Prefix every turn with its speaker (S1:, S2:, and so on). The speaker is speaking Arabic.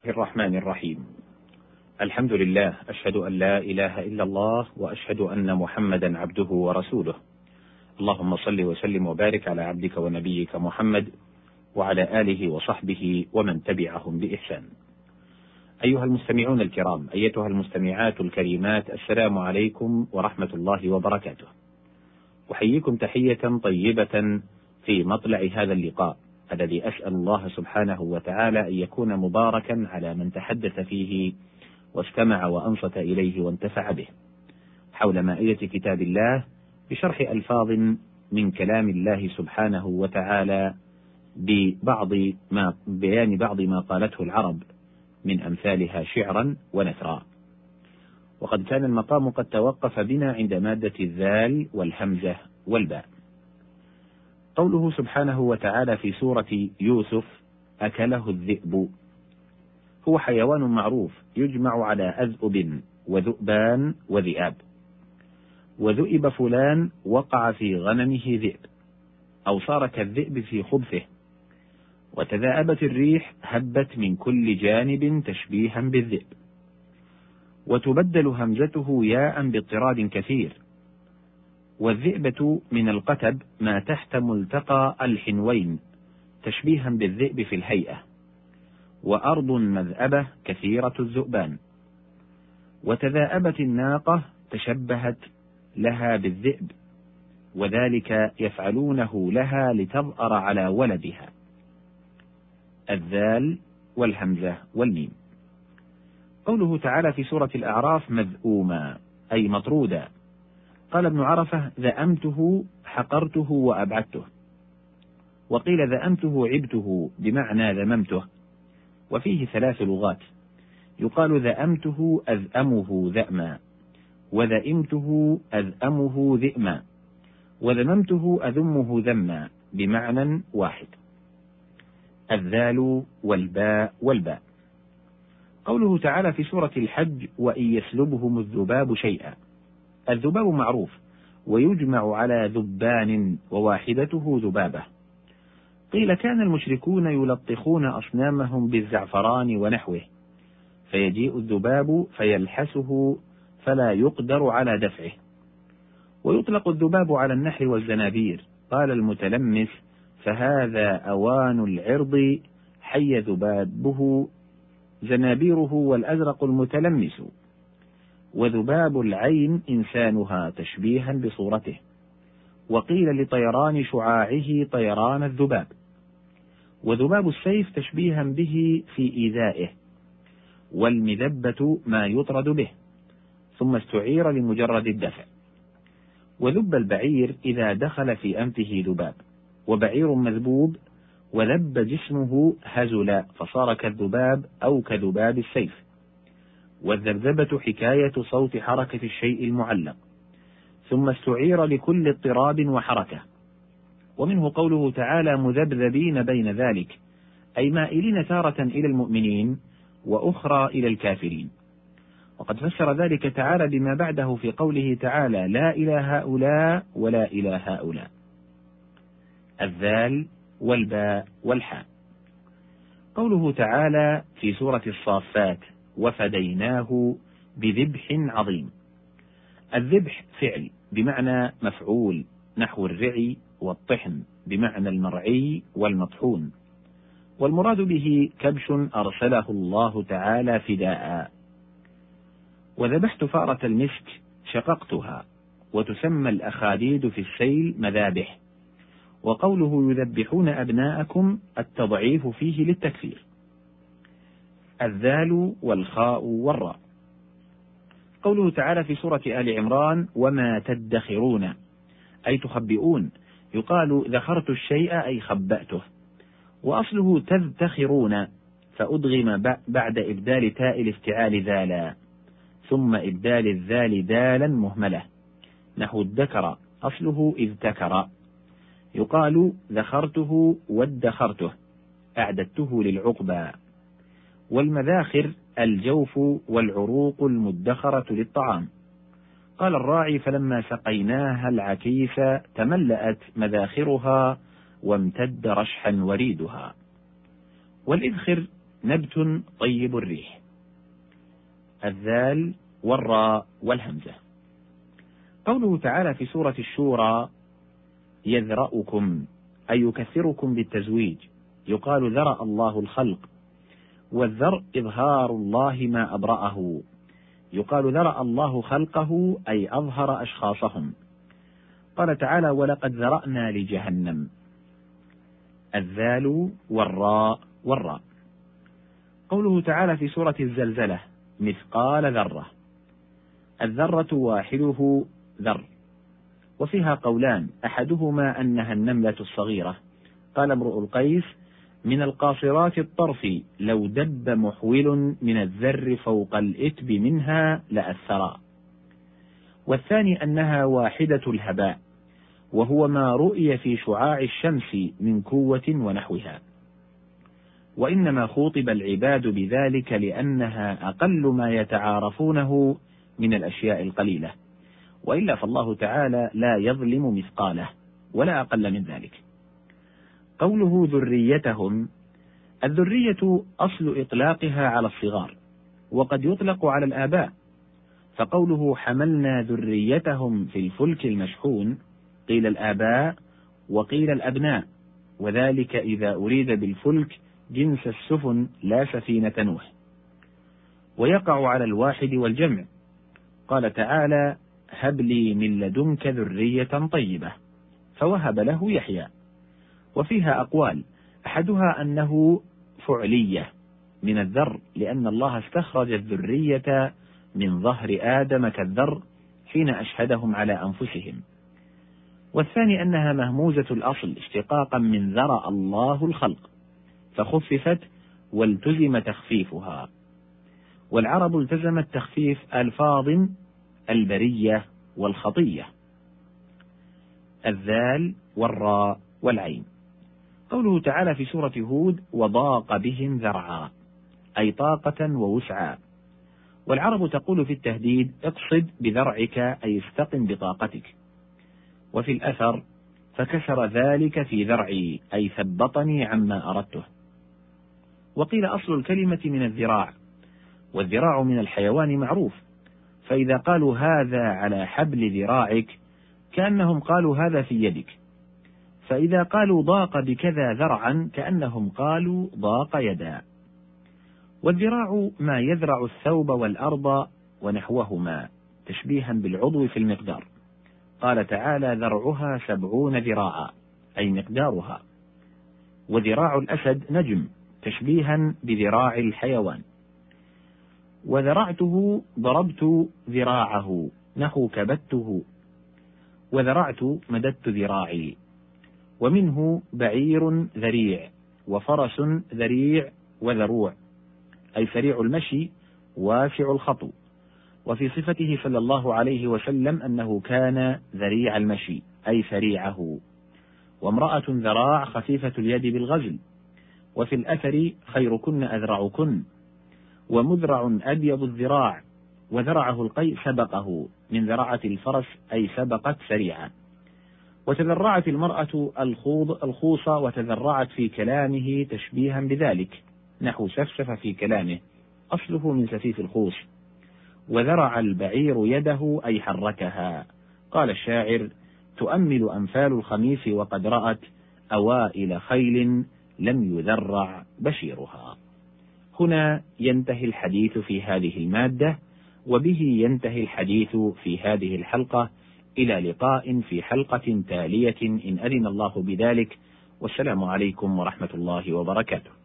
S1: الرحمن الرحيم. الحمد لله، أشهد أن لا إله إلا الله وأشهد أن محمدا عبده ورسوله. اللهم صل وسلم وبارك على عبدك ونبيك محمد وعلى آله وصحبه ومن تبعهم بإحسان. أيها المستمعون الكرام، أيتها المستمعات الكريمات، السلام عليكم ورحمة الله وبركاته. أحييكم تحية طيبة في مطلع هذا اللقاء الذي أسأل الله سبحانه وتعالى أن يكون مباركا على من تحدث فيه واستمع وأنصت إليه وانتفع به، حول مائدة كتاب الله بشرح ألفاظ من كلام الله سبحانه وتعالى بيان بعض ما قالته العرب من أمثالها شعرا ونثرا. وقد كان المقام قد توقف بنا عند مادة الذال والهمزة والباء. قوله سبحانه وتعالى في سورة يوسف: أكله الذئب، هو حيوان معروف يجمع على أذئب وذؤبان وذئاب. وذئب فلان وقع في غنمه ذئب، أو صار كالذئب في خبثه. وتذاءبت الريح هبت من كل جانب تشبيها بالذئب. وتبدل همزته ياء باضطراد كثير. والذئبة من القتب ما تحت ملتقى الحنوين تشبيها بالذئب في الهيئة. وأرض مذأبة كثيرة الذؤبان. وتذاءبت الناقة تشبهت لها بالذئب، وذلك يفعلونه لها لتظأر على ولدها. الذال والهمزة والميم. قوله تعالى في سورة الأعراف: مذءوما، أي مطرودا. قال ابن عرفة: ذأمته حقرته وأبعدته. وقيل ذأمته عبته بمعنى ذممته. وفيه 3 لغات: يقال ذأمته أذأمه ذأما، وذئمته أذأمه ذئما، وذممته أذمه ذما، بمعنى واحد. الذال والباء والباء. قوله تعالى في سورة الحج: وإن يسلبهم الذباب شيئا. الذباب معروف ويجمع على ذبان، وواحدته ذبابة. قيل كان المشركون يلطخون أصنامهم بالزعفران ونحوه، فيجيء الذباب فيلحسه فلا يقدر على دفعه. ويطلق الذباب على النحل والزنابير. قال المتلمس: فهذا أوان العرض حي ذبابه زنابيره والأزرق المتلمس. وذباب العين إنسانها تشبيها بصورته. وقيل لطيران شعاعه طيران الذباب. وذباب السيف تشبيها به في إيذائه. والمذبة ما يطرد به، ثم استعير لمجرد الدفع. وذب البعير إذا دخل في أنفه ذباب. وبعير مذبوب وذب جسمه هزل فصار كالذباب أو كذباب السيف. والذبذبة حكاية صوت حركة الشيء المعلق، ثم استعير لكل اضطراب وحركة. ومنه قوله تعالى: مذبذبين بين ذلك، أي مائلين تارة إلى المؤمنين وأخرى إلى الكافرين. وقد فسر ذلك تعالى بما بعده في قوله تعالى: لا إلى هؤلاء ولا إلى هؤلاء. الذال والباء والحاء. قوله تعالى في سورة الصافات: وفديناه بذبح عظيم. الذبح فعل بمعنى مفعول، نحو الرعي والطحن بمعنى المرعي والمطحون. والمراد به كبش أرسله الله تعالى فداء. وذبحت فأرة المسك شققتها. وتسمى الأخاديد في السيل مذابح. وقوله يذبحون أبناءكم التضعيف فيه للتكفير. الذال والخاء والراء. قوله تعالى في سورة آل عمران: وما تدخرون، أي تخبئون. يقال ذخرت الشيء أي خبأته. وأصله تذتخرون، فأدغم بعد إبدال تاء الافتعال ذالا، ثم إبدال الذال دالا مهملة، نحو الذكر أصله اذتكر. يقال ذخرته وادخرته، أعددته للعقبى. والمذاخر الجوف والعروق المدخرة للطعام. قال الراعي: فلما سقيناها العكيس تملأت مذاخرها وامتد رشحا وريدها. والإذخر نبت طيب الريح. الذال والراء والهمزة. قوله تعالى في سورة الشورى يذرأكم أي يكثركم بالتزويج، يقال ذرأ الله الخلق، والذرء إظهار الله ما أبرأه، يقال ذرأ الله خلقه أي أظهر أشخاصهم. قال تعالى ولقد ذرأنا لجهنم. الذال والراء والراء. قوله تعالى في سورة الزلزلة مثقال ذرة. الذرة واحده ذر، وفيها قولان، أحدهما أنها النملة الصغيرة، قال امرؤ القيس من القاصرات الطرف لو دب محول من الذر فوق الإتب منها لأثرا. والثاني أنها واحدة الهباء، وهو ما رؤي في شعاع الشمس من كوة ونحوها، وإنما خوطب العباد بذلك لأنها أقل ما يتعارفونه من الأشياء القليلة، وإلا فالله تعالى لا يظلم مثقاله ولا أقل من ذلك. قوله ذريتهم، الذرية أصل إطلاقها على الصغار، وقد يطلق على الآباء، فقوله حملنا ذريتهم في الفلك المشحون قيل الآباء وقيل الأبناء، وذلك إذا أريد بالفلك جنس السفن لا سفينة نوح. ويقع على الواحد والجمع، قال تعالى هب لي من لدنك ذرية طيبة فوهب له يحيى. وفيها أقوال، أحدها أنه فعلية من الذر، لأن الله استخرج الذرية من ظهر آدم كالذر حين أشهدهم على أنفسهم. والثاني أنها مهموزة الأصل اشتقاقا من ذرأ الله الخلق فخففت والتزم تخفيفها، والعرب التزمت تخفيف ألفاظ البرية والخطية. الذال والراء والعين. قوله تعالى في سورة هود وضاق بهم ذرعا أي طاقة ووسعا، والعرب تقول في التهديد اقصد بذرعك أي استقم بطاقتك. وفي الأثر فكسر ذلك في ذرعي أي ثبطني عما أردته. وقيل أصل الكلمة من الذراع، والذراع من الحيوان معروف، فإذا قالوا هذا على حبل ذراعك كأنهم قالوا هذا في يدك، فإذا قالوا ضاق بكذا ذرعا كأنهم قالوا ضاق يدا. والذراع ما يذرع الثوب والأرض ونحوهما تشبيها بالعضو في المقدار، قال تعالى ذرعها 70 ذراعا أي مقدارها. وذراع الأسد نجم تشبيها بذراع الحيوان. وذرعته ضربت ذراعه نحو كبته، وذرعت مددت ذراعي. ومنه بعير ذريع وفرس ذريع وذروع أي سريع المشي واسع الخطو. وفي صفته صلى الله عليه وسلم أنه كان ذريع المشي أي سريعه. وامرأة ذراع خفيفة اليد بالغزل. وفي الأثر خيركن أذرعكن. ومذرع أبيض الذراع، وذرعه القيء سبقه من ذرعة الفرس أي سبقت سريعا. وتذرعت المرأة الخوص وتذرعت في كلامه تشبيها بذلك نحو سفسف في كلامه أصله من سفيف الخوص. وذرع البعير يده أي حركها، قال الشاعر تؤمل أنفال الخميس وقد رأت أوائل خيل لم يذرع بشيرها. هنا ينتهي الحديث في هذه المادة، وبه ينتهي الحديث في هذه الحلقة. إلى لقاء في حلقة تالية إن أذن الله بذلك، والسلام عليكم ورحمة الله وبركاته.